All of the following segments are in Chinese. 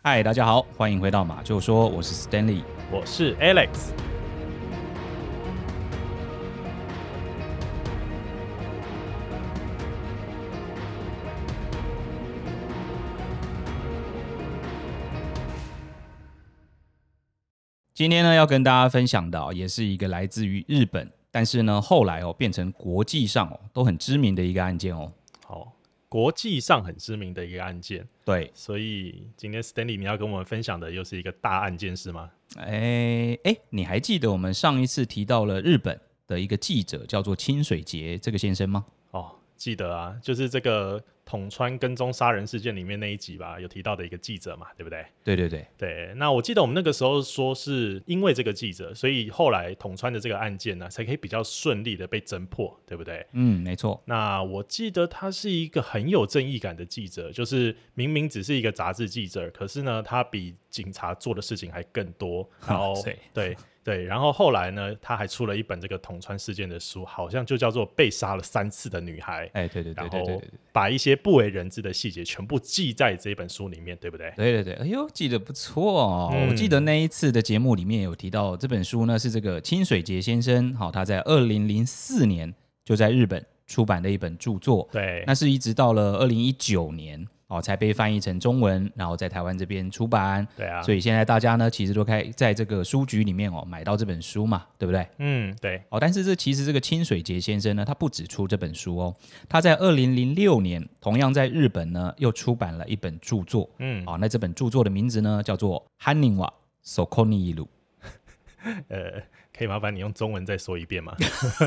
嗨，大家好，欢迎回到马廄说，我是 Stanley， 我是 Alex。 今天呢要跟大家分享的也是一个来自于日本，但是呢后来变成国际上都很知名的一个案件哦。 好，国际上很知名的一个案件。 对， 所以今天 Stanley 你要跟我们分享的又是一个大案件是吗？ 你还记得我们上一次提到了日本的一个记者叫做清水节这个先生吗？ 记得啊，就是这个统川跟踪杀人事件里面那一集吧，有提到的一个记者嘛，对不对？对，那我记得我们那个时候说是因为这个记者，所以后来统川的这个案件呢，才可以比较顺利的被侦破，对不对？ 没错。 那我记得他是一个很有正义感的记者，就是明明只是一个杂志记者，可是呢，他比警察做的事情还更多。然后对，然后后来呢，他还出了一本这个统川事件的书，好像就叫做《被杀了3次的女孩》。 对， 然后把一些不为人知的细节全部记在这本书里面，对不对？ 对，哎呦，记得不错哦。我记得那一次的节目里面有提到这本书呢，是这个清水节先生，他在2004年就在日本出版的一本著作。 对， 那是一直到了2019年才被翻译成中文，然后在台湾这边出版。 对啊， 所以现在大家呢，其实都可以在这个书局里面买到这本书嘛，对不对？ 对。 但是其实这个清水节先生呢，他不只出这本书哦，他在2006年同样在日本呢又出版了一本著作。那这本著作的名字呢叫做《犯人はそこにいる》。 可以麻烦你用中文再说一遍吗？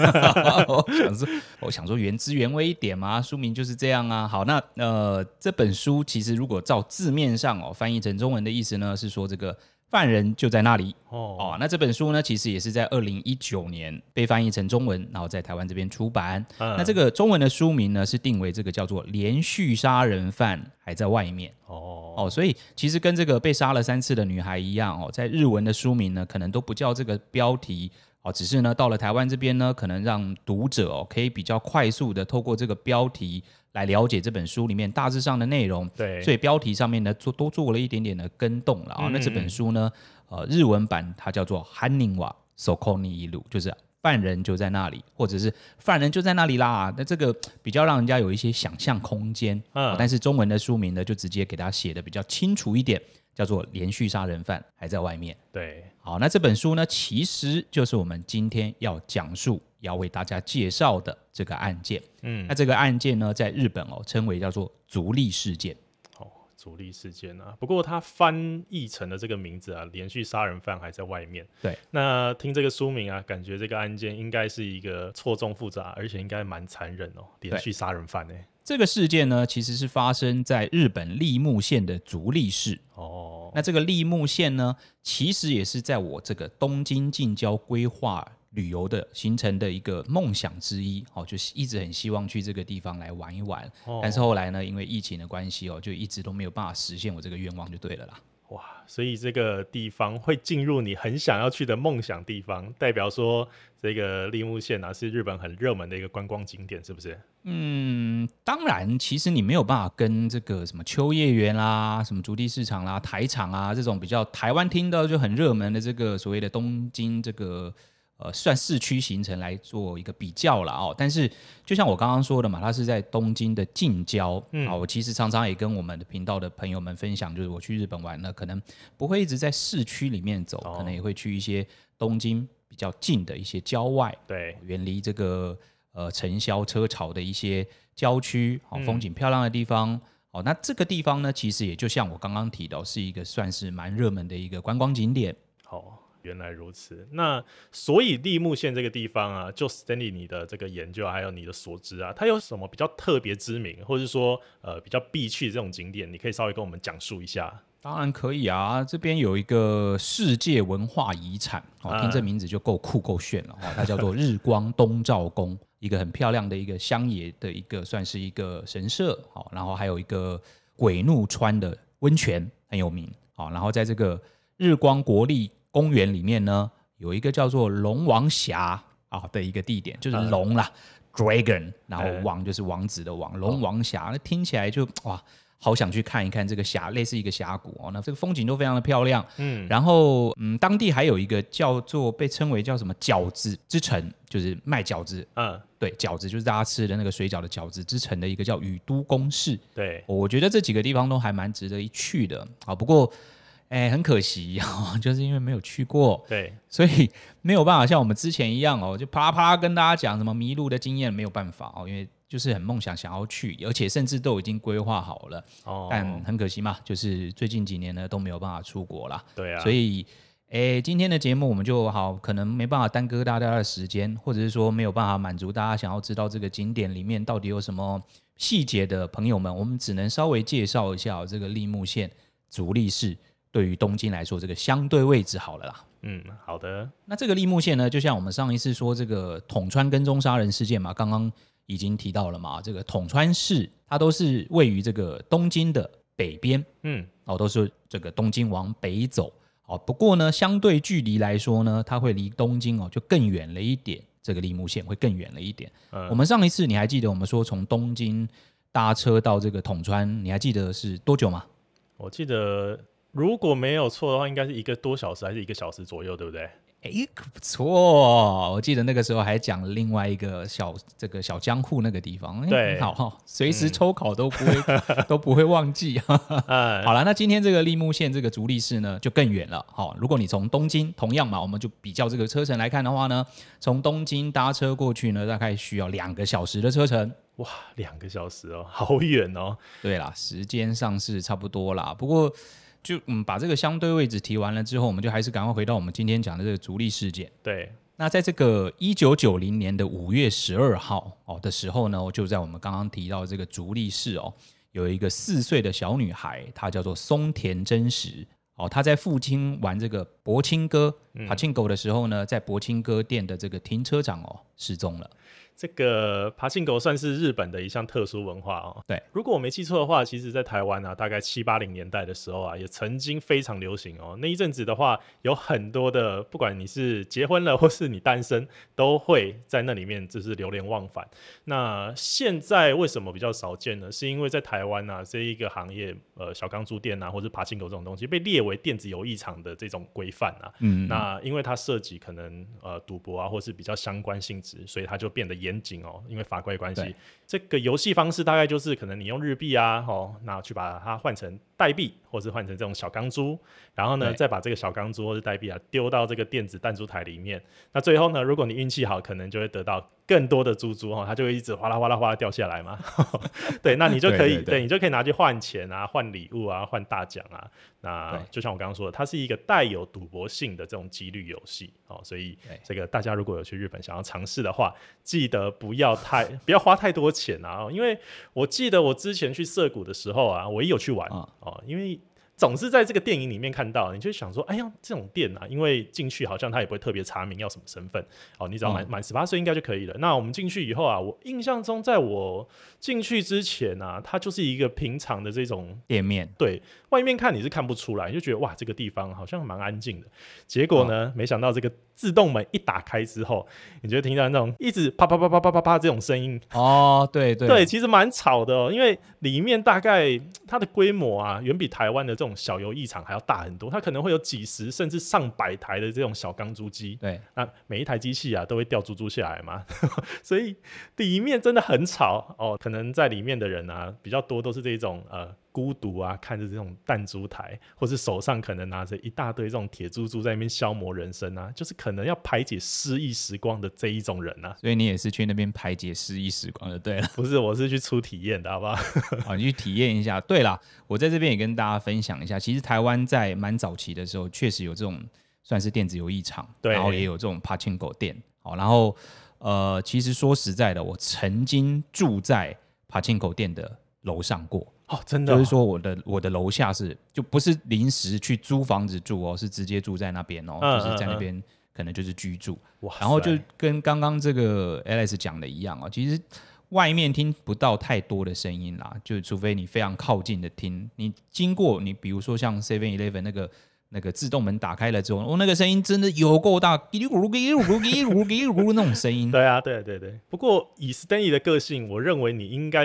我想说原汁原味一点嘛，书名就是这样啊。好，那这本书其实如果照字面上翻译成中文的意思呢，是说这个犯人就在那里。那这本书呢，其实也是在2019年被翻译成中文，然后在台湾这边出版。那这个中文的书名呢，是定为这个叫做《连续杀人犯还在外面》。所以其实跟这个被杀了3次的女孩一样在日文的书名呢，可能都不叫这个标题。只是呢，到了台湾这边呢，可能让读者可以比较快速的透过这个标題来了解这本书里面大致上的内容。 对， 所以标题上面呢，都做了一点点的更动了那这本书呢，日文版它叫做《犯人はそこにいる》，就是犯人就在那里，或者是犯人就在那里啦。那这个比较让人家有一些想象空间。但是中文的书名呢，就直接给它写的比较清楚一点。叫做连续杀人犯还在外面。 对， 好，那这本书呢，其实就是我们今天要讲述、要为大家介绍的这个案件。那这个案件呢，在日本称为叫做足利事件。 足利事件啊，不过它翻译成的这个名字啊，连续杀人犯还在外面。 对， 那听这个书名啊，感觉这个案件应该是一个错综复杂，而且应该蛮残忍连续杀人犯这个事件呢，其实是发生在日本立木县的足利市。那这个立木县呢，其实也是在我这个东京近郊规划旅游的行程的一个梦想之一。就是一直很希望去这个地方来玩一玩。但是后来呢，因为疫情的关系就一直都没有办法实现我这个愿望就对了啦。 哇，所以这个地方会进入你很想要去的梦想地方，代表说这个立木县是日本很热门的一个观光景点，是不是？ 当然，其实你没有办法跟这个什么秋叶原啦、什么竹地市场啦、台场啊这种比较台湾听到就很热门的这个所谓的东京这个算市区行程来做一个比较啦但是就像我刚刚说的嘛，它是在东京的近郊。我其实常常也跟我们的频道的朋友们分享，就是我去日本玩呢，可能不会一直在市区里面走，可能也会去一些东京比较近的一些郊外， 对， 远离这个尘嚣车潮的一些郊区，风景漂亮的地方。那这个地方呢，其实也就像我刚刚提到，是一个算是蛮热门的一个观光景点。 原来如此。那所以立木县这个地方啊，就 Stanley 你的这个研究还有你的所知啊，它有什么比较特别知名，或者是说比较必去的这种景点，你可以稍微跟我们讲述一下。 当然可以啊，这边有一个世界文化遗产听这名字就够酷够炫了它叫做日光东照宫，一个很漂亮的一个乡野的一个算是一个神社然后还有一个鬼怒川的温泉很有名然后在这个日光国立公园里面呢，有一个叫做龙王峡的一个地点，就是龙啦，dragon， 然后王就是王子的王，龙王峡，那听起来就哇， 好想去看一看这个类似一个峡谷哦，那这个风景都非常的漂亮。然后当地还有一个叫做被称为叫什么饺子之城，就是卖饺子。对，饺子就是大家吃的那个水饺的饺子之城的一个叫宇都宫市。 对， 我觉得这几个地方都还蛮值得一去的。好，不过很可惜就是因为没有去过， 对， 所以没有办法像我们之前一样就啪啦啪啦跟大家讲什么迷路的经验，没有办法因为就是很梦想要去，而且甚至都已经规划好了。但很可惜嘛，就是最近几年呢都没有办法出国啦。 对啊， 所以今天的节目我们就可能没办法耽搁大家的时间，或者是说没有办法满足大家想要知道这个景点里面到底有什么细节的朋友们，我们只能稍微介绍一下这个立木县足利市对于东京来说这个相对位置好了啦。 好的。 那这个立木县呢，就像我们上一次说这个统川跟踪杀人事件嘛，刚刚已经提到了嘛，这个统川市它都是位于这个东京的北边，都是这个东京往北走。不过呢，相对距离来说呢，它会离东京就更远了一点，这个立木县会更远了一点。我们上一次你还记得我们说从东京搭车到这个统川，你还记得是多久吗？ 我记得如果没有错的话，应该是1个多小时还是1个小时左右，对不对？ 不错，我记得那个时候还讲另外一个这个小江户那个地方， 对， 好，随时抽考都不会、都不会忘记。好了，那今天这个立木县这个足利市呢就更远了。如果你从东京同样嘛，我们就比较这个车程来看的话呢，从东京搭车过去呢，大概需要2个小时的车程。 哇，2个小时好远哦。 对啦，时间上是差不多啦，不过就把这个相对位置提完了之后，我们就还是赶快回到我们今天讲的这个足利事件。 对， 那在这个1990年的5月12号的时候呢，就在我们刚刚提到这个足利市有一个4岁的小女孩，她叫做松田真实。她在父亲玩这个柏青哥爬庆狗的时候呢，在柏青哥店的这个停车场失踪了。 这个爬行狗算是日本的一项特殊文化对， 如果我没记错的话，其实在台湾大概70、80年代的时候也曾经非常流行那一阵子的话，有很多的，不管你是结婚了或是你单身，都会在那里面就是流连忘返。那现在为什么比较少见呢？是因为在台湾这一个行业，小钢珠店或者爬行狗这种东西被列为电子游艺场的这种规范那因为它涉及可能赌博或是比较相关性质，所以它就变得严谨因为法规关系，这个游戏方式大概就是可能你用日币那去把它换成代币，或是换成这种小钢珠，然后呢再把这个小钢珠或是代币丢到这个电子弹珠台里面。那最后呢，如果你运气好，可能就会得到更多的珠珠它就会一直哗啦哗啦哗啦掉下来嘛。对，那你就可以对你就可以拿去换钱换礼物换大奖那就像我刚刚说的，它是一个带有赌博性的这种几率游戏所以这个大家如果有去日本想要尝试的话，记得不要花太多钱因为我记得我之前去涩谷的时候我也有去玩因为总是在这个电影里面看到，你就想说，哎呀，这种店因为进去好像他也不会特别查明要什么身份你只要满18岁应该就可以了。那我们进去以后我印象中在我进去之前它就是一个平常的这种店面， 对，外面看你是看不出来，你就觉得哇，这个地方好像蛮安静的。结果呢，没想到这个自动门一打开之后，你就听到那种一直啪啪啪啪啪啪啪这种声音对， 其实蛮吵的因为里面大概它的规模远比台湾的这种小游艺场还要大很多，它可能会有几十甚至上百台的这种小钢珠机， 对， 那每一台机器都会掉珠珠下来嘛，所以里面真的很吵可能在里面的人比较多都是这种孤独看着这种弹珠台，或是手上可能拿着一大堆这种铁珠珠在那边消磨人生就是可能要排解失意时光的这一种人所以你也是去那边排解失意时光就对了。 不是，我是去出体验的，好不好？ 你去体验一下。对啦，我在这边也跟大家分享一下，其实台湾在蛮早期的时候确实有这种算是电子游艺场，然后也有这种爬青狗店然后其实说实在的，我曾经住在爬青狗店的楼上过真的就是说我的楼下就不是临时去租房子住是直接住在那边就是在那边可能就是居住。然后就跟刚刚这个 Alex 讲的一样其实外面听不到太多的声音啦，就除非你非常靠近的听，你经过你比如说像 7-Eleven 那个自动门打开了之后那个声音真的有够大，叽里咕噜叽里咕噜叽里咕噜叽里咕噜那种声音。 对。不过以 Stanley 的个性，我认为你应该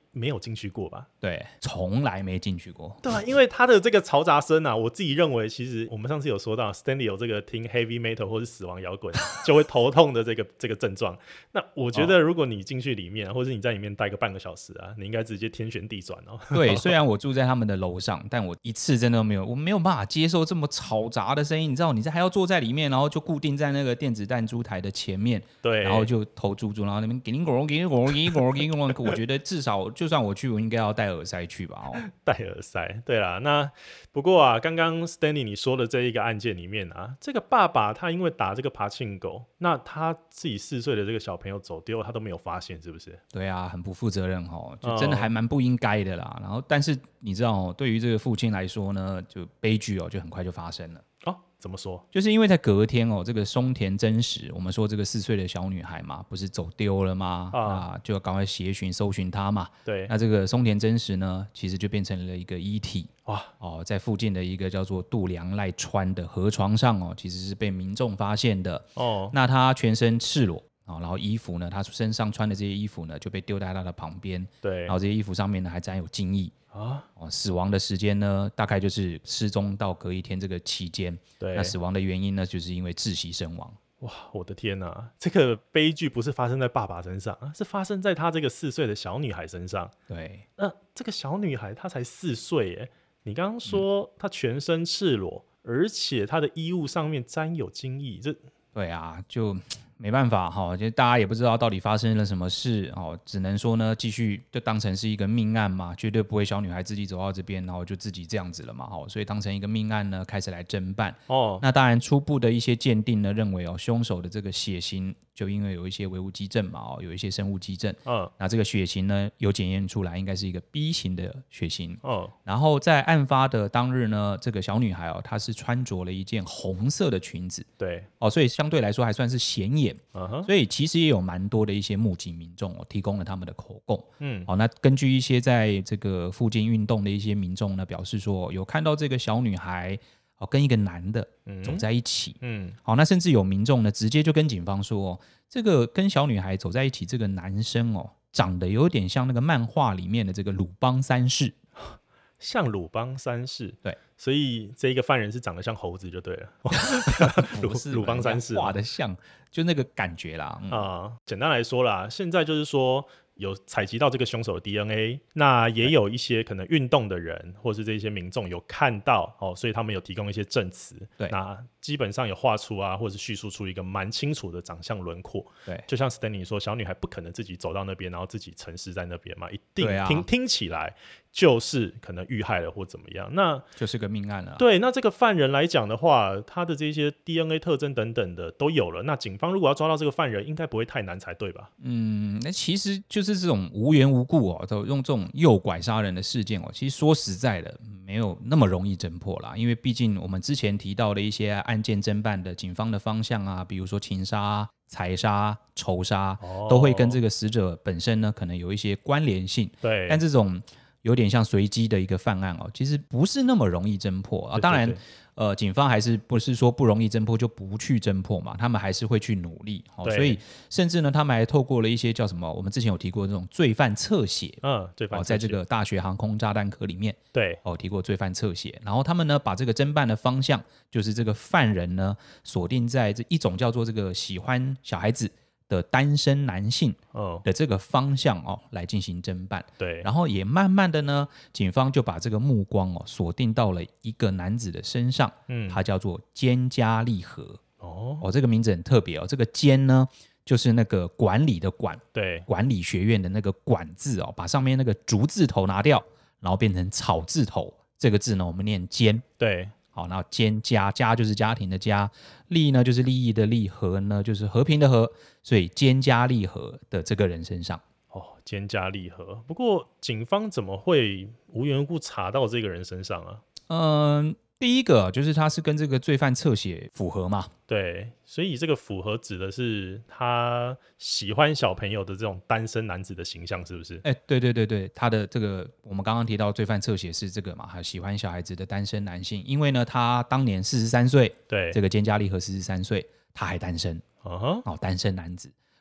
没有进去过吧？ 对，从来没进去过。 对啊，因为他的这个嘈杂声啊，我自己认为，其实我们上次有说到 ，Stanley 有这个听 heavy metal 或是死亡摇滚就会头痛的这个症状。那我觉得，如果你进去里面，或者你在里面待个半个小时啊，你应该直接天旋地转哦。 对，虽然我住在他们的楼上，但我一次真的没有，我没有办法接受这么嘈杂的声音。你知道，你还要坐在里面，然后就固定在那个电子弹珠台的前面， 对， 然后就头猪，然后那边给你咕给你咕给你咕给你咕，我觉得至少就算我去，我应该要戴耳塞去吧。 戴耳塞，对啦。那不过啊，刚刚 Stanley 你说的这一个案件里面啊，这个爸爸他因为打这个爬庆狗，那他自己4岁的这个小朋友走丢，他都没有发现，是不是？ 对啊，很不负责任就真的还蛮不应该的啦。然后，但是你知道对于这个父亲来说呢，就悲剧就很快就发生了。 怎么说？ 就是因为在隔天这个松田真实，我们说这个4岁的小女孩嘛，不是走丢了吗？那就要赶快协寻搜寻她嘛。 对， 那这个松田真实呢，其实就变成了一个遗体。在附近的一个叫做渡良赖川的河床上其实是被民众发现的。那他全身赤裸。然后衣服呢，他身上穿的这些衣服呢，就被丢在他的旁边。 对， 然后这些衣服上面呢，还沾有精液。死亡的时间呢，大概就是失踪到隔一天这个期间。 对， 那死亡的原因呢，就是因为窒息身亡。 哇，我的天哪！这个悲剧不是发生在爸爸身上，是发生在他这个4岁的小女孩身上。 对， 那这个小女孩她才4岁耶，你刚刚说她全身赤裸，而且她的衣物上面沾有精液， 对啊，就没办法就大家也不知道到底发生了什么事只能说呢，继续就当成是一个命案嘛，绝对不会小女孩自己走到这边，然后就自己这样子了嘛所以当成一个命案呢，开始来侦办。那当然初步的一些鉴定呢，认为凶手的这个血型就因为有一些微物基证嘛有一些生物基证，那这个血型呢有检验出来，应该是一个 B 型的血型。然后在案发的当日呢，这个小女孩她是穿着了一件红色的裙子， 对所以相对来说还算是显眼。所以其实也有蛮多的一些目击民众提供了他们的口供。那根据一些在这个附近运动的一些民众呢，表示说有看到这个小女孩跟一个男的走在一起。那甚至有民众呢直接就跟警方说，这个跟小女孩走在一起这个男生长得有点像那个漫画里面的这个鲁邦三世。 像鲁邦三世， 对， 所以这一个犯人是长得像猴子就对了。鲁邦三世画的像，就那个感觉啦。 简单来说啦，现在就是说有采集到这个凶手的 DNA， 那也有一些可能运动的人或是这些民众有看到所以他们有提供一些证词。 对， 那基本上有画出或者叙述出一个蛮清楚的长相轮廓。 对， 就像 Stanley 说，小女孩不可能自己走到那边，然后自己沉尸在那边嘛，一定听起来就是可能遇害了或怎么样，那就是个命案了。 对，那这个犯人来讲的话，他的这些 DNA 特征等等的都有了，那警方如果要抓到这个犯人，应该不会太难才对吧？ 那其实就是这种无缘无故都用这种诱拐杀人的事件其实说实在的没有那么容易侦破啦，因为毕竟我们之前提到的一些案件侦办的警方的方向啊，比如说情杀、财杀、仇杀，都会跟这个死者本身呢可能有一些关联性。 对， 但这种有点像随机的一个犯案其实不是那么容易侦破当然警方还是不是说不容易侦破就不去侦破嘛，他们还是会去努力所以甚至呢他们还透过了一些叫什么，我们之前有提过这种罪犯侧写。 罪犯侧写在这个大学航空炸弹科里面提过罪犯侧写，然后他们呢把这个侦办的方向，就是这个犯人呢锁定在这一种叫做这个喜欢小孩子的单身男性的这个方向来进行侦办。 对， 然后也慢慢的呢，警方就把这个目光锁定到了一个男子的身上，他叫做菅加利和。这个名字很特别这个菅呢就是那个管理的管， 对， 管理学院的那个管字把上面那个竹字头拿掉，然后变成草字头，这个字呢我们念菅。 对， 然后菅家就是家庭的家，利呢就是利益的利，和呢就是和平的和，所以菅加利和的这个人身上。 菅加利和，不过警方怎么会无缘无故查到这个人身上啊？ 第一个就是他是跟这个罪犯侧写符合嘛。 对，所以这个符合指的是他喜欢小朋友的这种单身男子的形象，是不是？ 对，他的这个我们刚刚提到罪犯侧写是这个嘛，还喜欢小孩子的单身男性，因为呢他当年43岁， 对， 这个菅加利和43岁，他还单身，单身男子。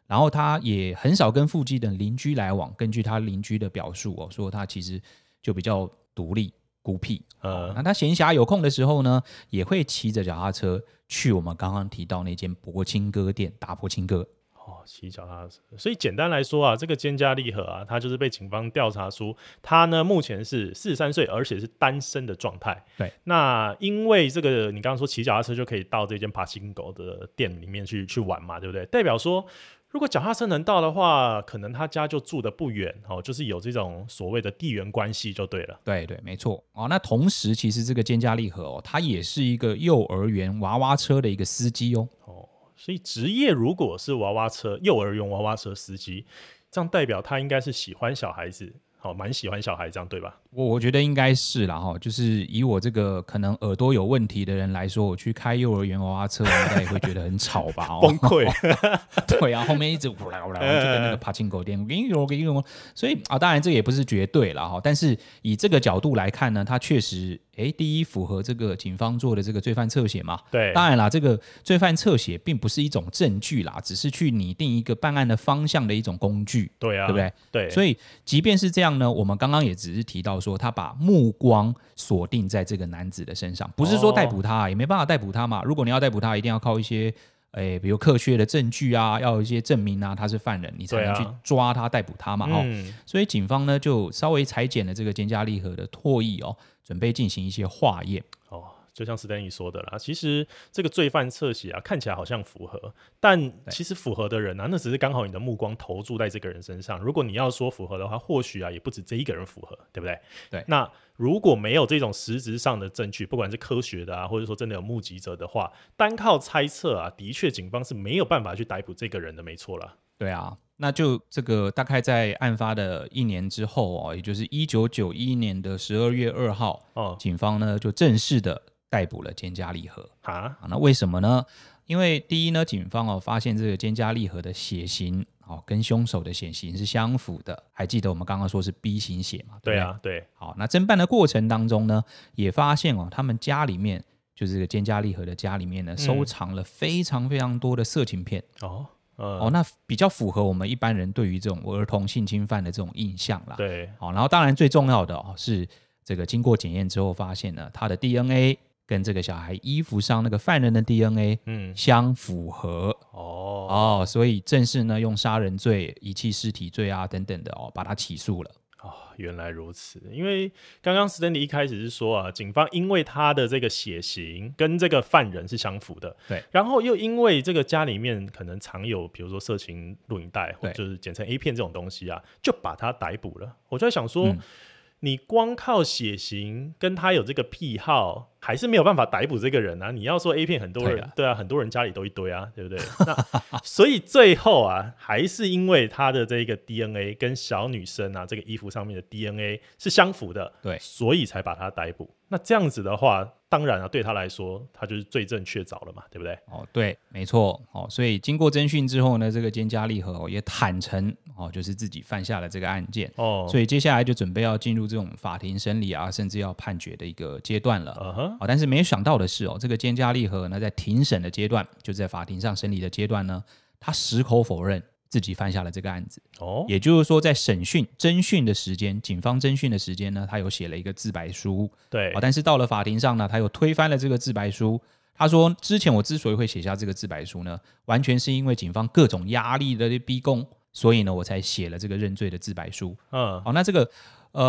然后他也很少跟附近的邻居来往。根据他邻居的表述说他其实就比较独立孤僻。那他闲暇有空的时候呢，也会骑着脚踏车去我们刚刚提到那间柏青哥店打柏青哥。 骑脚踏车。所以简单来说这个菅家利和他就是被警方调查出他呢目前是43岁，而且是单身的状态。 对， 那因为这个你刚刚说骑脚踏车就可以到这间柏青哥的店里面去玩嘛，对不对？代表说如果脚踏车能到的话，可能他家就住得不远就是有这种所谓的地缘关系就对了。 对对，没错。那同时其实这个菅家利和他也是一个幼儿园娃娃车的一个司机所以职业如果是娃娃车幼儿园娃娃车司机，这样代表他应该是喜欢小孩子，蛮喜欢小孩，这样对吧？ 我觉得应该是啦就是以我这个可能耳朵有问题的人来说，我去开幼儿园娃娃车，应该也会觉得很吵吧崩溃。 对啊，后面一直呼啦呼啦，就跟那个爬进狗店，所以当然这个也不是绝对啦但是以这个角度来看呢，它确实第一符合这个警方做的这个罪犯侧写嘛。 对， 当然啦，这个罪犯侧写并不是一种证据啦，只是去拟定一个办案的方向的一种工具。 对啊， 对不对？ 对， 所以即便是这样呢，我们刚刚也只是提到说，他把目光锁定在这个男子的身上，不是说逮捕他，也没办法逮捕他嘛。如果你要逮捕他，一定要靠一些比如科学的证据要有一些证明他是犯人，你才能去抓他逮捕他嘛。所以警方呢就稍微裁剪了这个菅家利和的唾液准备进行一些化验。 就像史丹利说的啦，其实这个罪犯侧写看起来好像符合，但其实符合的人那只是刚好你的目光投注在这个人身上。如果你要说符合的话，或许也不止这一个人符合，对不对？ 对。 那如果没有这种实质上的证据，不管是科学的或者说真的有目击者的话，单靠猜测的确警方是没有办法去逮捕这个人的，没错啦。 对啊，那就这个大概在案发的1年之后也就是1991年的12月2号警方呢就正式的逮捕了菅家利和。那为什么呢？因为第一呢，警方发现这个菅家利和的血型跟凶手的血型是相符的。还记得我们刚刚说是 B 型血嘛？对啊， 对。 好，那侦办的过程当中呢，也发现他们家里面就是这个菅家利和的家里面呢，收藏了非常非常多的色情片。那比较符合我们一般人对于这种儿童性侵犯的这种印象啦。 对， 然后当然最重要的是这个经过检验之后发现呢，他的 DNA 跟这个小孩衣服上那个犯人的 DNA 相符合。所以正式呢用杀人罪、遗弃尸体罪等等的把他起诉了。 原来如此。因为刚刚史丹利一开始是说警方因为他的这个血型跟这个犯人是相符的， 对， 然后又因为这个家里面可能藏有比如说色情录影带或者就是简称 A 片这种东西就把他逮捕了。我就在想说你光靠血型跟他有这个癖好还是没有办法逮捕这个人你要说 A 片很多人对啊，很多人家里都一堆对不对？那所以最后还是因为他的这个 DNA 跟小女生这个衣服上面的 DNA 是相符的， 对， 所以才把他逮捕。那这样子的话，当然对他来说他就是罪证确凿了嘛，对不对？ 对，没错。所以经过侦讯之后呢，这个菅家利和也坦诚就是自己犯下了这个案件。所以接下来就准备要进入这种法庭审理甚至要判决的一个阶段了。但是没有想到的是这个菅家利和呢，在庭审的阶段，就在法庭上审理的阶段呢，他矢口否认自己犯下了这个案子。也就是说在侦讯的时间，警方侦讯的时间呢，他有写了一个自白书。 对， 但是到了法庭上呢，他又推翻了这个自白书。他说之前我之所以会写下这个自白书呢，完全是因为警方各种压力的逼供，所以呢我才写了这个认罪的自白书。那这个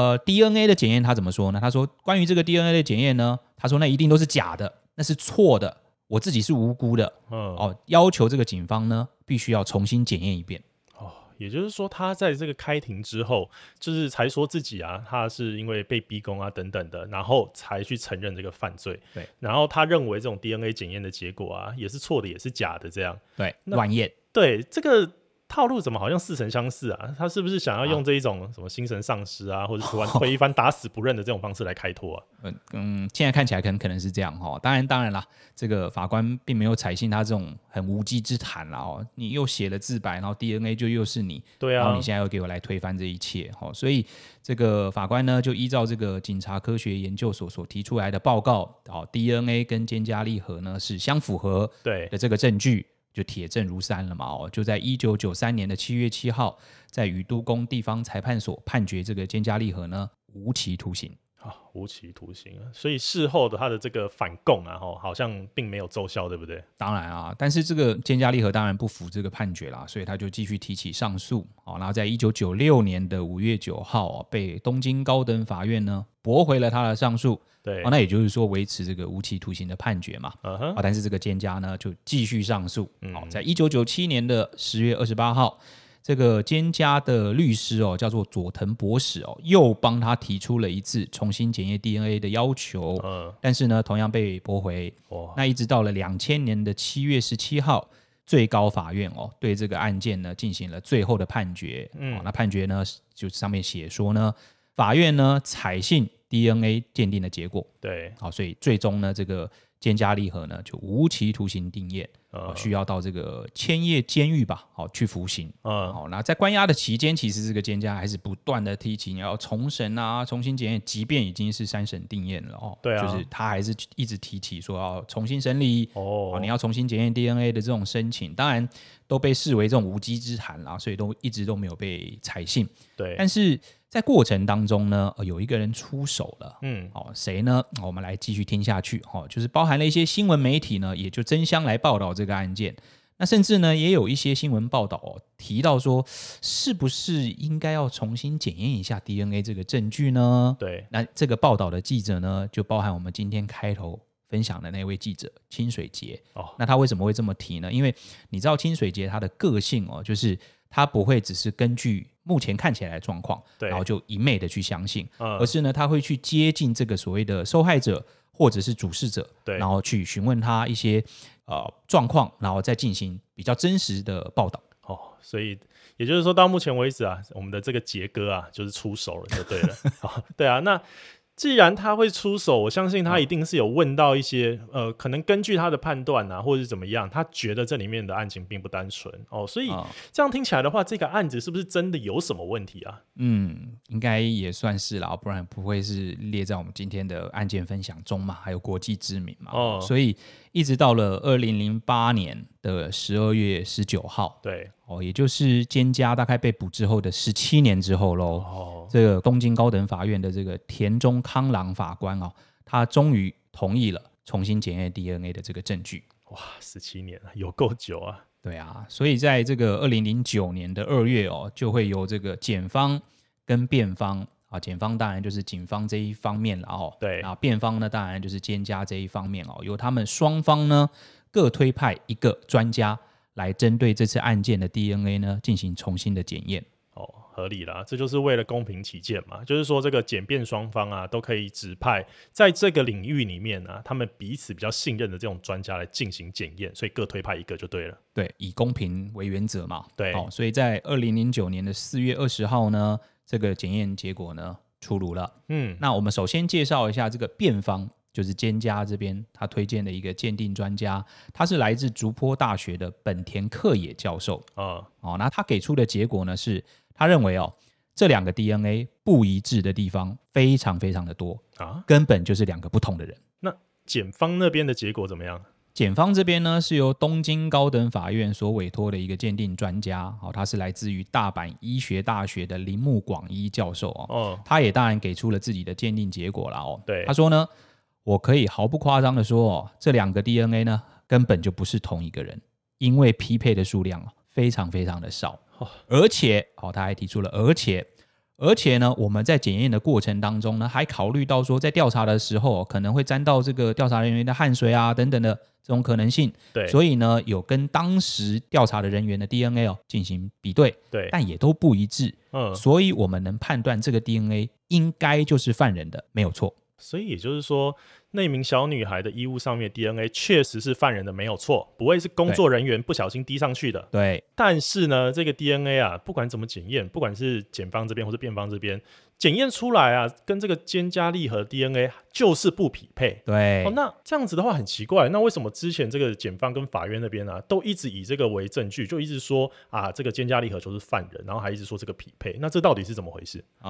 DNA 的检验他怎么说呢？他说关于这个 DNA 的检验呢，他说那一定都是假的，那是错的，我自己是无辜的。要求这个警方呢必须要重新检验一遍。 也就是说他在这个开庭之后就是才说自己他是因为被逼供等等的，然后才去承认这个犯罪。 对， 然后他认为这种 DNA 检验的结果也是错的，也是假的，这样。 对，乱验。 对，这个套路怎么好像似曾相识他是不是想要用这一种什么精神丧失或者突然推翻打死不认的这种方式来开脱现在看起来可能是这样当然啦，这个法官并没有采信他这种很无稽之谈啦你又写了自白，然后 DNA 就又是你， 对啊， 然后你现在又给我来推翻这一切所以这个法官呢就依照这个警察科学研究所所提出来的报告DNA 跟菅家利和呢是相符合的这个证据， 就铁证如山了嘛。就在1993年的7月7号，在宇都宫地方裁判所判决这个菅家利和呢无期徒刑。 无期徒刑，所以事后的他的这个反供啊，好像并没有奏效，对不对？ 当然啊，但是这个菅家利和当然不服这个判决啦，所以他就继续提起上诉。然后在1996年的5月9号，被东京高等法院呢驳回了他的上诉。 对， 那也就是说维持这个无期徒刑的判决嘛。但是这个菅家呢就继续上诉。在1997年的10月28号。这个菅家的律师叫做佐藤博史又帮他提出了一次重新检验 DNA 的要求，但是呢同样被驳回。那一直到了2000年的7月17号，最高法院对这个案件呢进行了最后的判决。那判决呢就上面写说呢，法院呢采信 DNA 鉴定的结果。 对， 所以最终呢这个菅家利和呢就无期徒刑定谳。需要到这个千叶监狱吧，去服刑。那在关押的期间，其实这个菅家还是不断的提起要重审啊，重新检验，即便已经是3审定谳了对啊， 就是他还是一直提起说要重新审理你要重新检验 DNA 的这种申请，当然都被视为这种无稽之谈啦，所以一直都没有被采信。 对， 但是在过程当中呢，有一个人出手了。谁呢？我们来继续听下去。就是包含了一些新闻媒体呢，也就争相来报道这个案件。那甚至呢，也有一些新闻报道提到说，是不是应该要重新检验一下 DNA 这个证据呢？ 对， 那这个报道的记者呢，就包含我们今天开头分享的那位记者清水节。那他为什么会这么提呢？因为你知道清水节他的个性就是他不会只是根据目前看起来的状况，然后就一昧的去相信，而是呢他会去接近这个所谓的受害者或者是主事者，然后去询问他一些状况，然后再进行比较真实的报道。 所以也就是说到目前为止啊，我们的这个杰哥啊就是出手了就对了。对啊，那既然他会出手，我相信他一定是有问到一些可能根据他的判断啊，或者是怎么样，他觉得这里面的案情并不单纯所以这样听起来的话，这个案子是不是真的有什么问题啊？ 应该也算是啦，不然不会是列在我们今天的案件分享中嘛，还有国际知名嘛。所以一直到了2008年的12月19号， 对也就是菅家大概被捕之后的17年之后咯。这个东京高等法院的这个田中康郎法官他终于同意了重新检验 DNA 的这个证据。 哇，17年有够久啊！ 对啊，所以在这个2009年的2月就会由这个检方跟辩方检方当然就是警方这一方面了对辩方呢当然就是菅家这一方面由他们双方呢各推派一个专家来针对这次案件的 DNA 呢进行重新的检验。 合理啦，这就是为了公平起见嘛，就是说这个检辩双方啊都可以指派在这个领域里面啊他们彼此比较信任的这种专家来进行检验，所以各推派一个就对了。 对，以公平为原则嘛。 对， 所以在2009年的4月20号呢，这个检验结果呢出炉了。那我们首先介绍一下这个辩方，就是菅家这边他推荐的一个鉴定专家，他是来自竹坡大学的本田克也教授。那他给出的结果呢是他认为这两个 DNA 不一致的地方非常非常的多根本就是两个不同的人。 那检方那边的结果怎么样？ 检方这边呢是由东京高等法院所委托的一个鉴定专家他是来自于大阪医学大学的铃木广一教授他也当然给出了自己的鉴定结果了对， 他说呢，我可以毫不夸张的说这两个 DNA 呢根本就不是同一个人，因为匹配的数量非常非常的少。而且他还提出了而且呢我们在检验的过程当中呢还考虑到说在调查的时候可能会沾到这个调查人员的汗水啊等等的这种可能性。 对， 所以呢有跟当时调查的人员的 DNA 进行比对。 对， 但也都不一致。所以我们能判断这个 DNA 应该就是犯人的，没有错。 所以也就是说那名小女孩的衣物上面 DNA 确实是犯人的，没有错，不会是工作人员不小心滴上去的。 对， 但是呢这个 DNA 啊不管怎么检验，不管是检方这边或是辩方这边检验出来啊跟这个菅家利和 DNA 就是不匹配。 对， 那这样子的话很奇怪，那为什么之前这个检方跟法院那边啊都一直以这个为证据，就一直说这个菅家利和就是犯人，然后还一直说这个匹配，那这到底是怎么回事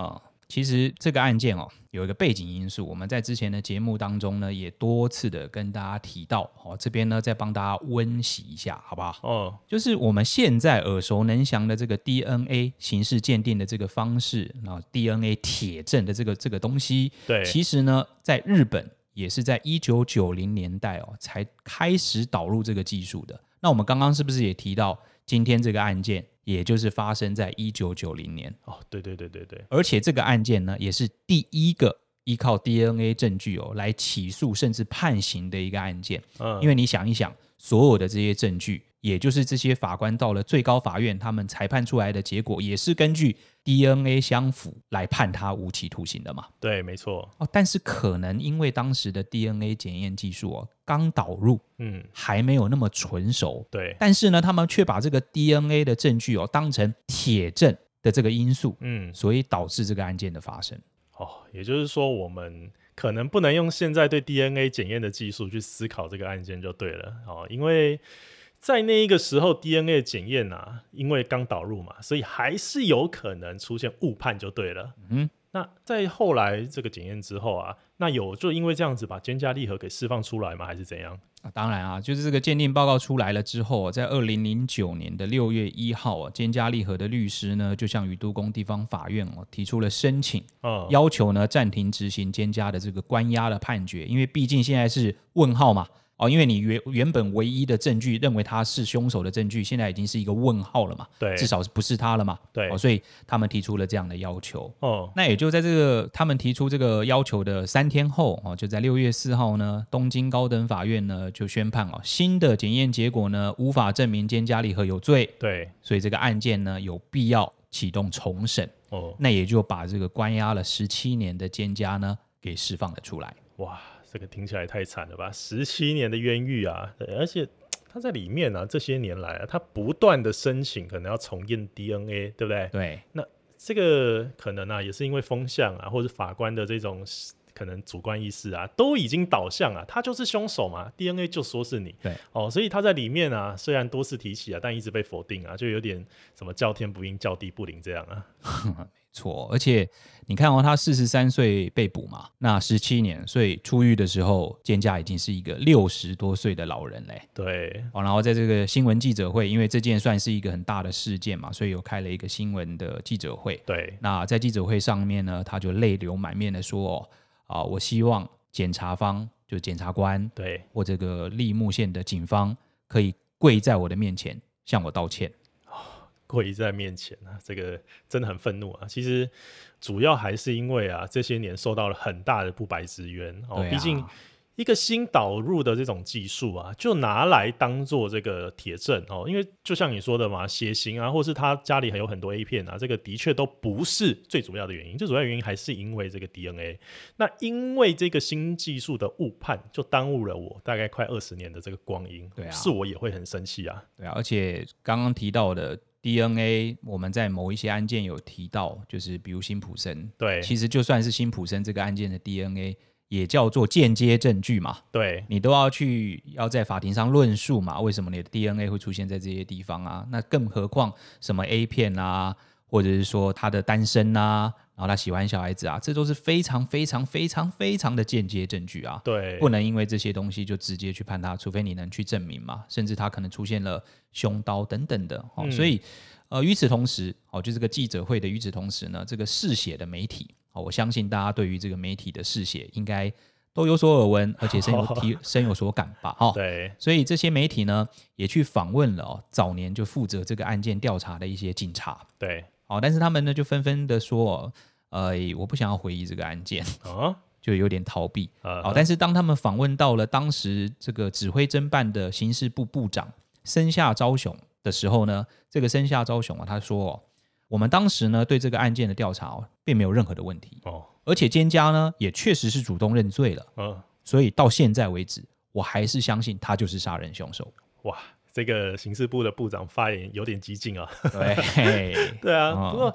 其实这个案件有一个背景因素，我们在之前的节目当中呢也多次的跟大家提到，这边呢再帮大家温习一下好不好？就是我们现在耳熟能详的这个 DNA 刑事鉴定的这个方式，然后 DNA 铁证的这个东西， 对， 其实呢在日本也是在1990年代才开始导入这个技术的。那我们刚刚是不是也提到今天这个案件也就是发生在1990年？ 对， 而且这个案件呢也是第一个依靠 DNA 证据来起诉甚至判刑的一个案件。因为你想一想，所有的这些证据，也就是这些法官到了最高法院他们裁判出来的结果，也是根据 DNA 相符来判他无期徒刑的嘛。 对，没错。 但是可能因为当时的 DNA 检验技术刚导入，还没有那么纯熟。 对， 但是呢，他们却把这个 DNA 的证据当成铁证的这个因素，所以导致这个案件的发生。 也就是说，我们可能不能用现在对 DNA 检验的技术去思考这个案件就对了。因为在那一个时候 DNA 检验因为刚导入嘛，所以还是有可能出现误判就对了。那在后来这个检验之后那有就因为这样子把菅家利和给释放出来吗？还是怎样？ 当然就是这个鉴定报告出来了之后，在2009年的6月1号菅家利和的律师呢就向宇都宫地方法院提出了申请，要求呢暂停执行菅家的这个关押的判决，因为毕竟现在是问号嘛。因为你原本唯一的证据认为他是凶手的证据，现在已经是一个问号了嘛， 对， 至少不是他了嘛， 对， 所以他们提出了这样的要求。那也就在这个他们提出这个要求的3天后，就在6月4号呢，东京高等法院呢就宣判新的检验结果呢无法证明菅家利和有罪， 对， 所以这个案件呢有必要启动重审。那也就把这个关押了17年的菅家呢给释放了出来。 哇，这个听起来太惨了吧！17年的冤狱而且他在里面这些年来他不断的申请可能要重验 DNA， 对不对？ 对。 那这个可能也是因为风向或者法官的这种可能主观意识都已经导向他就是凶手嘛 ，DNA 就说是你。 对。 所以他在里面虽然多次提起但一直被否定就有点什么叫天不应叫地不灵这样没错，而且你看他43岁被捕嘛，那17年，所以出狱的时候菅家已经是一个60多岁的老人嘞。 对。 然后在这个新闻记者会，因为这件算是一个很大的事件嘛，所以有开了一个新闻的记者会。 对。 那在记者会上面呢，他就泪流满面的说我希望检察方就检察官对或这个立木县的警方可以跪在我的面前向我道歉。 跪在面前这个真的很愤怒其实主要还是因为这些年受到了很大的不白之冤毕竟一个新导入的这种技术就拿来当做这个铁证因为就像你说的嘛，血型或是他家里还有很多 A 片这个的确都不是最主要的原因，最主要的原因还是因为这个 DNA。那因为这个新技术的误判，就耽误了我大概快20年的这个光阴。 对是我也会很生气对而且刚刚提到的DNA 我们在某一些案件有提到，就是比如辛普森， 对， 其实就算是辛普森这个案件的 DNA 也叫做间接证据嘛， 对， 你都要在法庭上论述嘛，为什么你的 DNA 会出现在这些地方那更何况什么 A 片或者是说他的单身然后他喜欢小孩子这都是非常非常非常非常的间接证据对， 不能因为这些东西就直接去判他，除非你能去证明嘛，甚至他可能出现了凶刀等等的所以与此同时就这个记者会的与此同时呢，这个嗜血的媒体我相信大家对于这个媒体的嗜血应该都有所耳闻，而且深有所感吧对， 所以这些媒体呢也去访问了早年就负责这个案件调查的一些警察。 对， 但是他们呢就纷纷的说我不想要回忆这个案件就有点逃避但是当他们访问到了当时这个指挥侦办的刑事部部长森下昭雄的时候呢，这个森下昭雄他说我们当时呢对这个案件的调查并没有任何的问题而且菅家呢也确实是主动认罪了所以到现在为止我还是相信他就是杀人凶手。 哇，这个刑事部的部长发言有点激进对对不过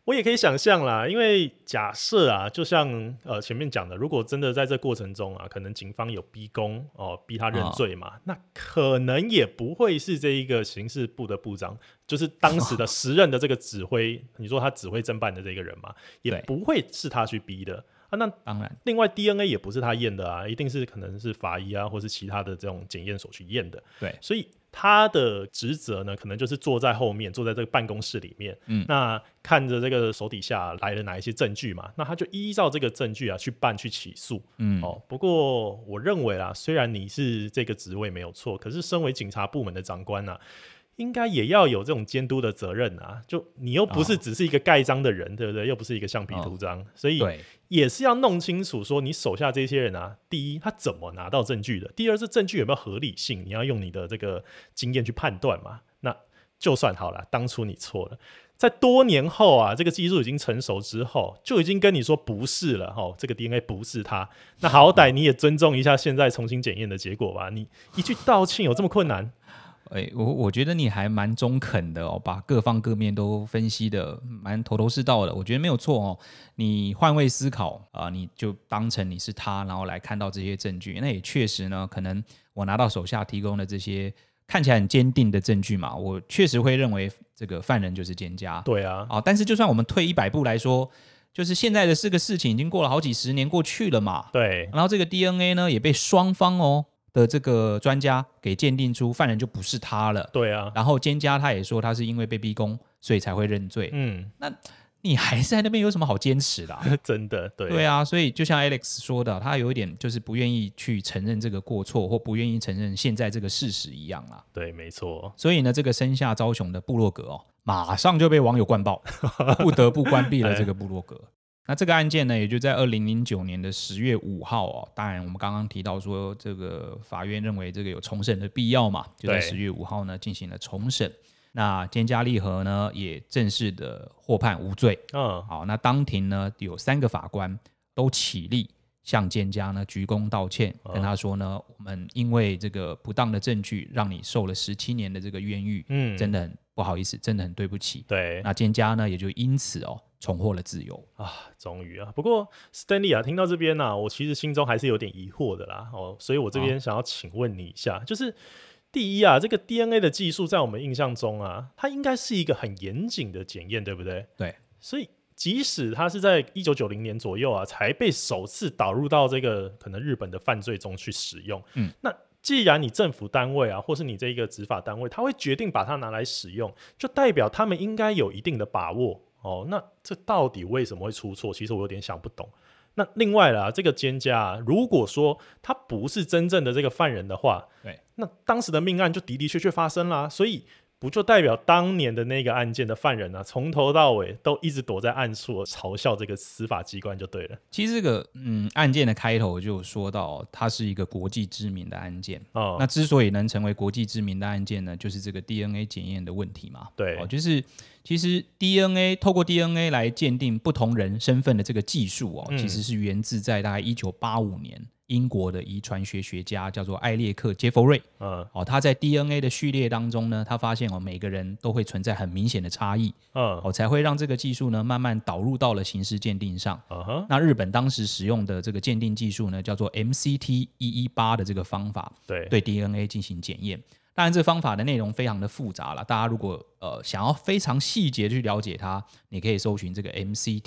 我也可以想象啦，因为假设啊，就像前面讲的，如果真的在这过程中啊，可能警方有逼宫逼他认罪嘛，那可能也不会是这一个刑事部的部长，就是当时的时任的这个指挥，你说他指挥侦办的这个人嘛，也不会是他去逼的。那当然， 另外 DNA 也不是他验的啊，一定是可能是法医啊，或是其他的这种检验所去验的。 对， 所以他的职责呢，可能就是坐在后面，坐在这个办公室里面，那看着这个手底下来了哪一些证据嘛，那他就依照这个证据啊去办去起诉。不过我认为啦，虽然你是这个职位没有错，可是身为警察部门的长官啊，应该也要有这种监督的责任啊！就你又不是只是一个盖章的人，对不对？又不是一个橡皮图章，所以也是要弄清楚说你手下这些人啊，第一他怎么拿到证据的，第二这证据有没有合理性，你要用你的这个经验去判断嘛。那就算好了，当初你错了，在多年后啊，这个技术已经成熟之后，就已经跟你说不是了这个 DNA 不是他，那好歹你也尊重一下现在重新检验的结果吧。你一句道歉有这么困难？ 我觉得你还蛮中肯的把各方各面都分析的蛮头头是道的，我觉得没有错你换位思考你就当成你是他，然后来看到这些证据，那也确实呢，可能我拿到手下提供的这些看起来很坚定的证据嘛，我确实会认为这个犯人就是奸家。 对啊， 但是就算我们退100步来说，就是现在的这个事情已经过了好几十年过去了嘛， 对， 然后这个 DNA 呢也被双方的这个专家给鉴定出犯人就不是他了， 对啊， 然后奸家他也说他是因为被逼宫所以才会认罪，那你还在那边有什么好坚持的真的， 对啊，所以就像 Alex 说的，他有一点就是不愿意去承认这个过错，或不愿意承认现在这个事实一样啦。 对，没错。 所以呢，这个生下昭雄的部落格马上就被网友灌爆，不得不关闭了这个部落格。那这个案件呢，也就在2009年的10月5号当然我们刚刚提到说，这个法院认为这个有重审的必要嘛，就在10月5号呢进行了重审。那菅嘉丽和呢也正式的获判无罪。好，那当庭呢有3个法官都起立向菅嘉呢鞠躬道歉，跟他说呢，我们因为这个不当的证据让你受了17年的这个冤狱，真的很不好意思，真的很对不起。 对， 那菅嘉呢也就因此重获了自由啊，终于啊！不过 Stanley 啊，听到这边呢我其实心中还是有点疑惑的啦所以我这边想要请问你一下，就是第一啊，这个 DNA 的技术在我们印象中啊，它应该是一个很严谨的检验，对不对？ 对， 所以即使它是在1990年左右啊，才被首次导入到这个可能日本的犯罪中去使用，那既然你政府单位啊，或是你这个执法单位，他会决定把它拿来使用，就代表他们应该有一定的把握那这到底为什么会出错？其实我有点想不懂。那另外啦，这个菅嘉如果说他不是真正的这个犯人的话， 对， 那当时的命案就的的确确发生啦，所以不就代表当年的那个案件的犯人从头到尾都一直躲在暗处嘲笑这个司法机关就对了。 其实这个案件的开头就说到，它是一个国际知名的案件那之所以能成为国际知名的案件呢，就是这个 DNA 检验的问题嘛。 对就是其实 DNA 透过 DNA 来鉴定不同人身份的这个技术其实是源自在大概1985年英国的遗传学学家叫做艾列克·杰佛瑞他在 DNA 的序列当中呢，他发现每个人都会存在很明显的差异才会让这个技术呢慢慢导入到了刑事鉴定上那日本当时使用的这个鉴定技术呢叫做 MCT118 的这个方法对 DNA 进行检验。当然这个方法的内容非常的复杂了，大家如果想要非常细节去了解它，你可以搜寻这个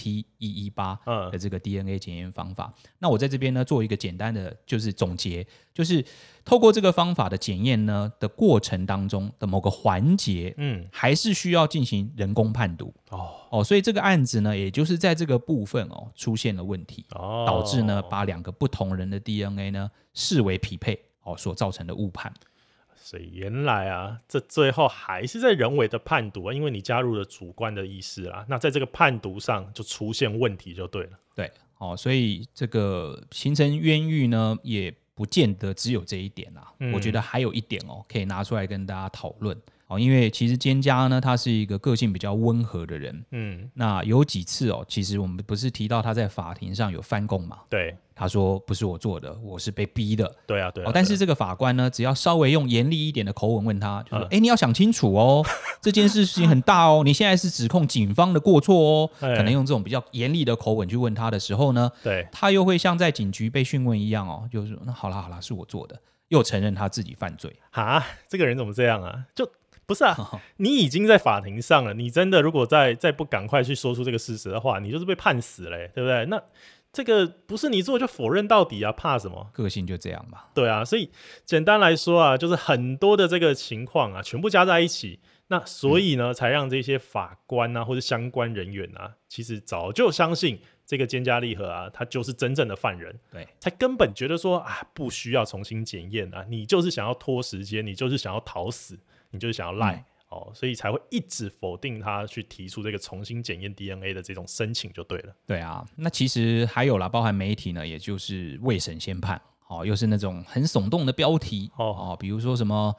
MCT118 的这个 DNA 检验方法那我在这边呢做一个简单的就是总结，就是透过这个方法的检验呢的过程当中的某个环节还是需要进行人工判读所以这个案子呢也就是在这个部分出现了问题导致呢把2个不同人的 DNA 呢视为匹配所造成的误判。 所以原来啊，这最后还是在人为的判读因为你加入了主观的意识那在这个判读上就出现问题就对了。 对所以这个形成冤狱呢也不见得只有这一点我觉得还有一点可以拿出来跟大家讨论因为其实蒹葭呢，他是一个个性比较温和的人。那有几次其实我们不是提到他在法庭上有翻供嘛？ 对， 他说不是我做的，我是被逼的。 对啊，对啊。 但是这个法官呢，只要稍微用严厉一点的口吻问他，就说：“你要想清楚哦，这件事情很大哦，你现在是指控警方的过错哦。”可能用这种比较严厉的口吻去问他的时候呢， 对， 他又会像在警局被讯问一样就是说：“那好啦，是我做的。”又承认他自己犯罪。 这个人怎么这样啊？就不是啊，你已经在法庭上了，你真的如果再不赶快去说出这个事实的话，你就是被判死了，对不对？那这个不是你做就否认到底啊，怕什么？ 个性就这样嘛。 对啊，所以简单来说啊，就是很多的这个情况啊，全部加在一起，那所以呢，才让这些法官啊或者相关人员啊，其实早就相信这个蒹葭丽和啊，他就是真正的犯人， 对， 才根本觉得说啊，不需要重新检验啊，你就是想要拖时间，你就是想要逃死，你就是想要赖。所以才会一直否定他去提出这个重新检验 DNA 的这种申请就对了。 对啊，那其实还有啦，包含媒体呢，也就是未审先判，又是那种很耸动的标题比如说什么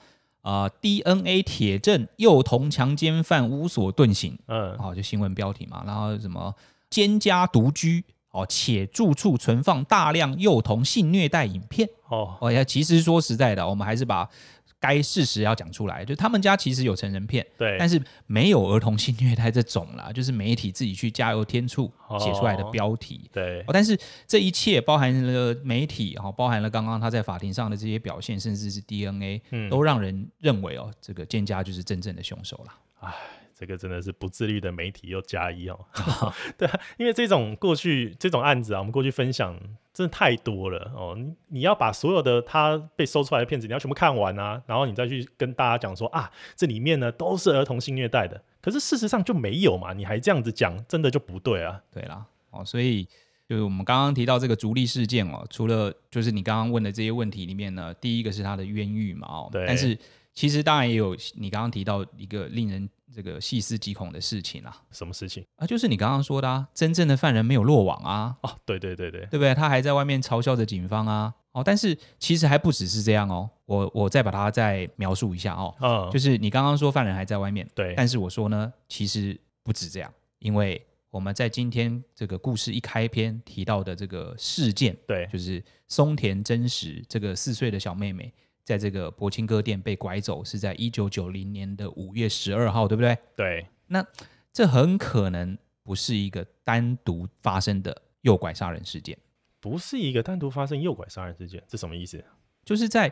DNA 铁证幼童强奸犯无所遁形，就新闻标题嘛，然后什么蒹葭独居且住处存放大量幼童性虐待影片其实说实在的，我们还是把该事实要讲出来，就他们家其实有成人片， 对， 但是没有儿童性虐待这种啦，就是媒体自己去加油添醋写出来的标题， 对， 但是这一切包含了媒体，包含了刚刚他在法庭上的这些表现，甚至是 DNA，都让人认为这个蒹葭就是真正的凶手啦。 这个真的是不自律的媒体又加一对啊，因为这种案子啊，我们过去分享真的太多了你要把所有的他被搜出来的片子你要全部看完啊，然后你再去跟大家讲说这里面呢都是儿童性虐待的，可是事实上就没有嘛，你还这样子讲，真的就不对啊。 对啦所以就是我们刚刚提到这个竹立事件除了就是你刚刚问的这些问题里面呢，第一个是他的冤狱嘛对， 但是其实当然也有你刚刚提到一个令人这个细思极恐的事情什么事情就是你刚刚说的真正的犯人没有落网对对对对， 对不对？他还在外面嘲笑着警方但是其实还不只是这样我再把它再描述一下就是你刚刚说犯人还在外面， 对， 但是我说呢，其实不止这样，因为我们在今天这个故事一开篇提到的这个事件， 对， 就是松田真实这个4岁的小妹妹在这个柏青哥店被拐走，是在1990年的5月12号，对不对？ 对， 那这很可能不是一个单独发生的诱拐杀人事件， 不是一个单独发生诱拐杀人事件，这什么意思？ 就是在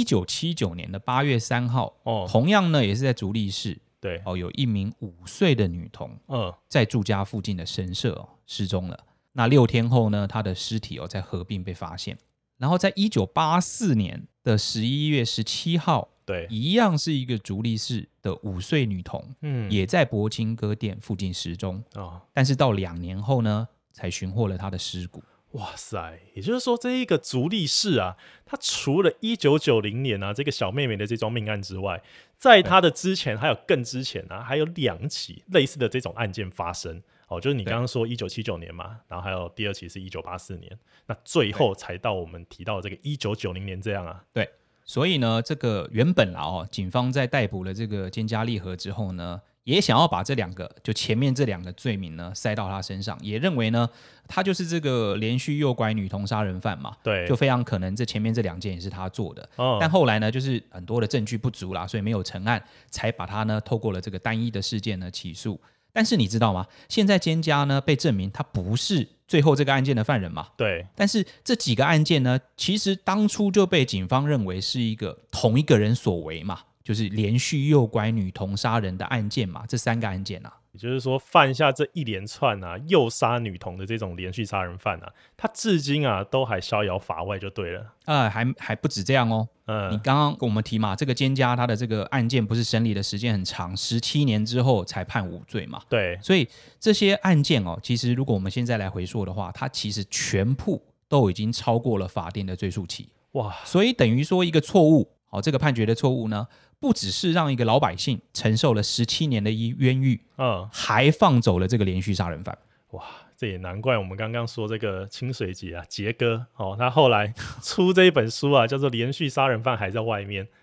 1979年的8月3号，同样呢也是在竹立市， 对， 有一名5岁的女童，在住家附近的神社失踪了。那6天后呢，她的尸体在河滨被发现。然后在1984年的11月17号， 对， 一样是一个竹立市的5岁女童，也在柏青哥店附近失踪，但是到2年后呢，才寻获了她的尸骨。 哇塞，也就是说这一个竹立市啊，它除了1990年这个小妹妹的这桩命案之外，在它的之前还有更之前还有2起类似的这种案件发生就是你刚刚说1979年嘛，然后还有第2起是1984年，那最后才到我们提到的这个1990年这样对， 所以呢，这个原本警方在逮捕了这个蒹葭丽和之后呢，也想要把这2个就前面这2个罪名呢塞到他身上，也认为呢他就是这个连续诱拐女童杀人犯嘛， 对， 就非常可能这前面这2件也是他做的，但后来呢就是很多的证据不足啦，所以没有成案，才把他呢透过了这个单一的事件呢起诉。但是你知道吗？现在蒹葭呢被证明他不是最后这个案件的犯人嘛？ 对。 但是这几个案件呢，其实当初就被警方认为是一个同一个人所为嘛，就是连续诱拐女童杀人的案件嘛，这3个案件也就是说犯下这一连串诱杀女童的这种连续杀人犯他至今都还逍遥法外就对了。 还不止这样你刚刚跟我们提嘛，这个蒹葭他的这个案件不是审理的时间很长，17年之后才判无罪嘛？ 对， 所以这些案件其实如果我们现在来回溯的话，它其实全部都已经超过了法定的追诉期。哇！所以等于说一个错误，这个判决的错误呢，不只是让一个老百姓承受了17年的冤狱，还放走了这个连续杀人犯。 哇！这也难怪我们刚刚说这个清水节杰哥他后来出这一本书叫做《连续杀人犯还在外面》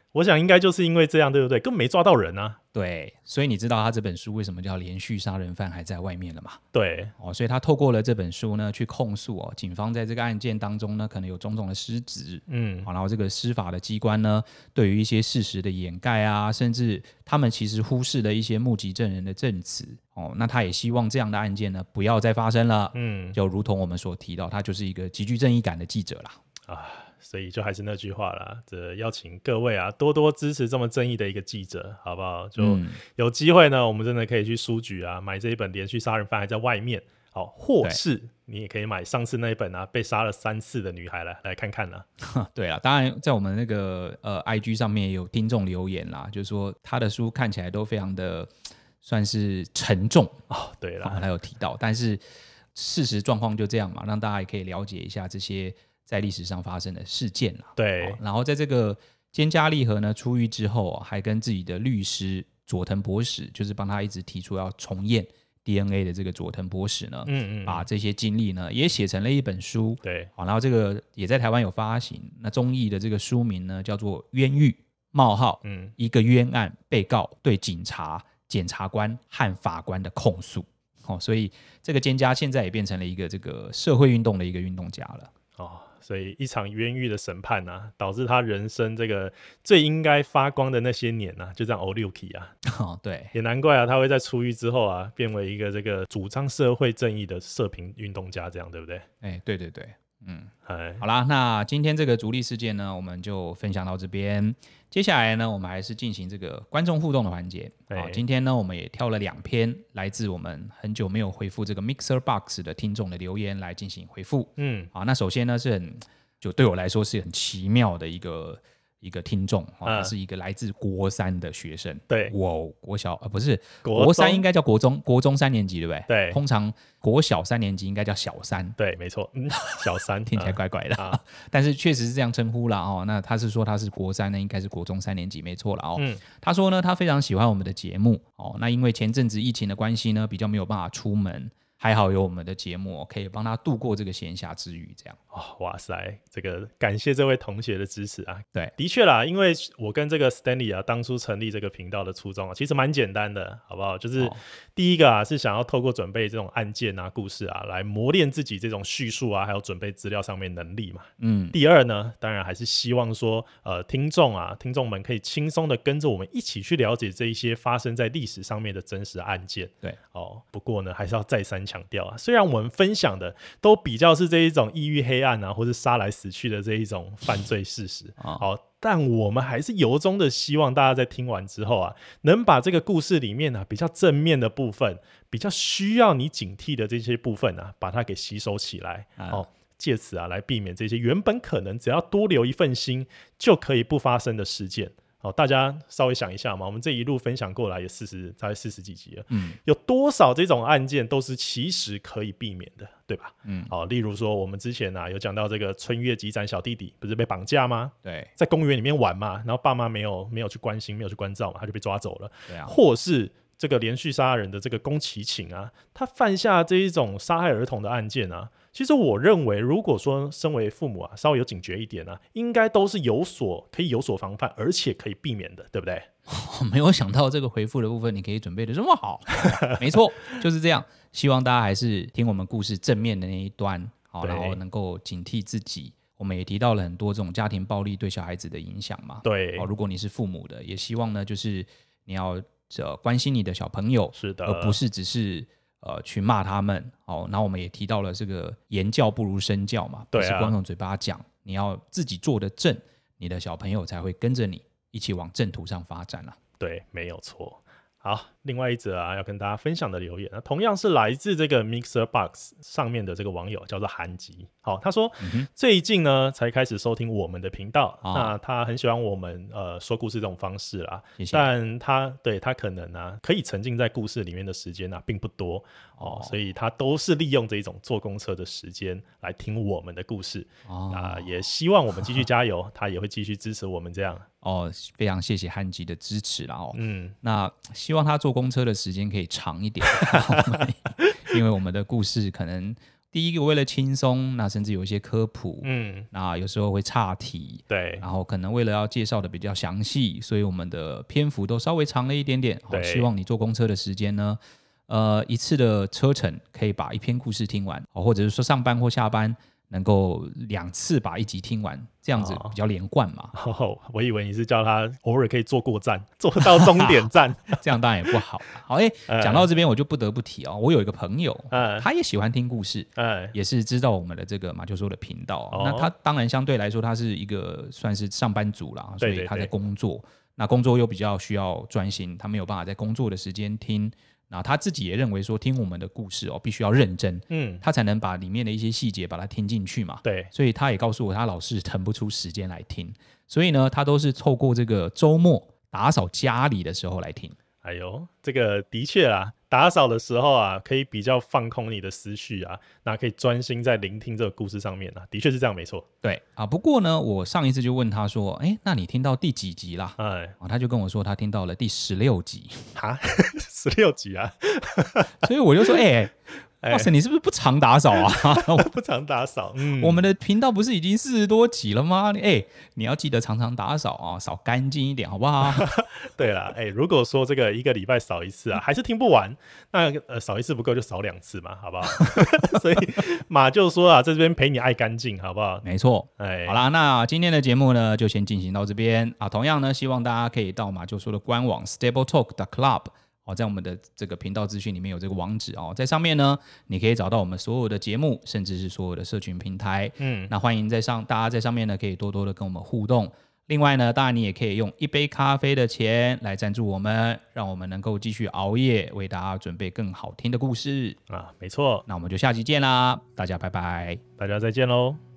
我想应该就是因为这样，对不对？根本没抓到人啊。 对，所以你知道他这本书为什么叫连续杀人犯还在外面了吗？ 对， 所以他透过了这本书呢，去控诉警方在这个案件当中呢，可能有种种的失职，然后这个司法的机关呢，对于一些事实的掩盖啊，甚至他们其实忽视了一些目击证人的证词，那他也希望这样的案件呢，不要再发生了，就如同我们所提到，他就是一个极具正义感的记者啦。 所以就还是那句话啦，这邀请各位多多支持这么正义的一个记者，好不好？就有机会呢，我们真的可以去书局买这一本《连续杀人犯还在外面》，或是你也可以买上次那一本被杀了3次的女孩来看看啦。 对啦，当然在我们那个IG 上面也有听众留言啦，就是说他的书看起来都非常的算是沉重对啦， 他有提到，但是事实状况就这样嘛，让大家也可以了解一下这些在历史上发生的事件啦。 对， 然后在这个菅嘉丽和呢出狱之后还跟自己的律师佐藤博史，就是帮他一直提出要重验 DNA 的这个佐藤博史呢，把这些经历呢也写成了一本书。 对， 然后这个也在台湾有发行。那中译的这个书名呢叫做《冤狱：一个冤案被告对警察、检察官和法官的控诉》。所以这个菅嘉现在也变成了一个这个社会运动的一个运动家了。 所以一场冤狱的审判导致他人生这个最应该发光的那些年就这样欧溜去对， 也难怪他会在出狱之后变为一个这个主张社会正义的社评运动家，这样对不对？ 对对对，好啦，那今天这个逐利事件呢，我们就分享到这边。接下来呢，我们还是进行这个观众互动的环节。今天呢，我们也挑了2篇来自我们很久没有回复这个 Mixer Box 的听众的留言来进行回复。那首先呢是就对我来说是很奇妙的一个听众，他是一个来自国3的学生。 对， 国小不是国3应该叫国中3年级，对不对？ 对， 通常国小3年级应该叫小3。 对，没错，小3 听起来怪怪的但是确实是这样称呼啦那他是说他是国3呢，应该是国中3年级，没错啦他说呢，他非常喜欢我们的节目那因为前阵子疫情的关系呢，比较没有办法出门。还好有我们的节目可以帮他度过这个闲暇之余，这样哇塞，这个感谢这位同学的支持对， 的确啦，因为我跟这个 Stanley 当初成立这个频道的初衷其实蛮简单的，好不好？就是第一个是想要透过准备这种案件故事来磨练自己这种叙述还有准备资料上面能力嘛。第二呢，当然还是希望说听众们可以轻松的跟着我们一起去了解这一些发生在历史上面的真实案件。 对不过呢，还是要再三强调虽然我们分享的都比较是这一种抑郁黑暗或是杀来死去的这一种犯罪事实但我们还是由衷的希望大家在听完之后能把这个故事里面比较正面的部分，比较需要你警惕的这些部分把它给吸收起来借此来避免这些原本可能只要多留一份心就可以不发生的事件。大家稍微想一下嘛，我们这一路分享过来也大概40几集了有多少这种案件都是其实可以避免的，对吧？例如说我们之前有讲到这个春月吉展小弟弟不是被绑架吗？ 对， 在公园里面玩嘛，然后爸妈没有去关心，没有去关照嘛，他就被抓走了。 对或是这个连续杀人的这个宫崎勤他犯下这一种杀害儿童的案件其实我认为如果说身为父母稍微有警觉一点应该都是可以有所防范，而且可以避免的，对不对？ 没有想到这个回复的部分你可以准备的这么好没错，就是这样。希望大家还是听我们故事正面的那一端然后能够警惕自己。我们也提到了很多这种家庭暴力对小孩子的影响嘛。 对如果你是父母的，也希望呢就是你要关心你的小朋友， 是的， 而不是只是去骂他们然后我们也提到了这个言教不如身教嘛，不是光用嘴巴讲，你要自己做得正，你的小朋友才会跟着你一起往正途上发展对，没有错。好，另外一则要跟大家分享的留言同样是来自这个 Mixer Box 上面的这个网友叫做韩吉。他说最近呢才开始收听我们的频道那他很喜欢我们说故事这种方式啦， 谢谢。 但他可能可以沉浸在故事里面的时间并不多所以他都是利用这种坐公车的时间来听我们的故事也希望我们继续加油他也会继续支持我们这样非常谢谢汉吉的支持啦那希望他坐公车的时间可以长一点因为我们的故事可能第一个为了轻松，那甚至有一些科普，那有时候会岔题， 对， 然后可能为了要介绍的比较详细，所以我们的篇幅都稍微长了一点点。希望你坐公车的时间呢，一次的车程可以把一篇故事听完，或者是说上班或下班能够2次把一集听完，这样子比较连贯嘛。 我以为你是叫他偶尔可以坐过站，坐到终点站， 这样当然也不好。好，讲到这边我就不得不提我有一个朋友，他也喜欢听故事，也是知道我们的这个马廄说的频道。那他当然相对来说他是一个算是上班族啦，所以他在工作，那工作又比较需要专心，他没有办法在工作的时间听。那他自己也认为说，听我们的故事必须要认真，他才能把里面的一些细节把它听进去嘛。 对， 所以他也告诉我，他老是腾不出时间来听，所以呢，他都是透过这个周末打扫家里的时候来听。 哎呦，这个的确啦，打扫的时候啊，可以比较放空你的思绪啊，那可以专心在聆听这个故事上面啊，的确是这样，没错。 对啊，不过呢，我上一次就问他说，那你听到第几集啦？他就跟我说他听到了第16集。 哈，16集啊？ 所以我就说，哇塞，你是不是不常打扫啊？ 不常打扫， 我们的频道不是已经40多集了吗？你要记得常常打扫啊，扫干净一点，好不好？ 对啦，如果说这个1个礼拜扫一次啊，还是听不完，那扫一次不够就扫2次嘛，好不好？所以马就说啊，在这边陪你爱干净，好不好？ 没错，好啦，那今天的节目呢，就先进行到这边啊。同样呢，希望大家可以到马就说的官网 StableTalk.club。在我们的这个频道资讯里面有这个网址在上面呢，你可以找到我们所有的节目，甚至是所有的社群平台。那欢迎大家在上面呢可以多多的跟我们互动。另外呢，当然你也可以用一杯咖啡的钱来赞助我们，让我们能够继续熬夜，为大家准备更好听的故事啊。没错， 那我们就下期见啦，大家拜拜， 大家再见喽。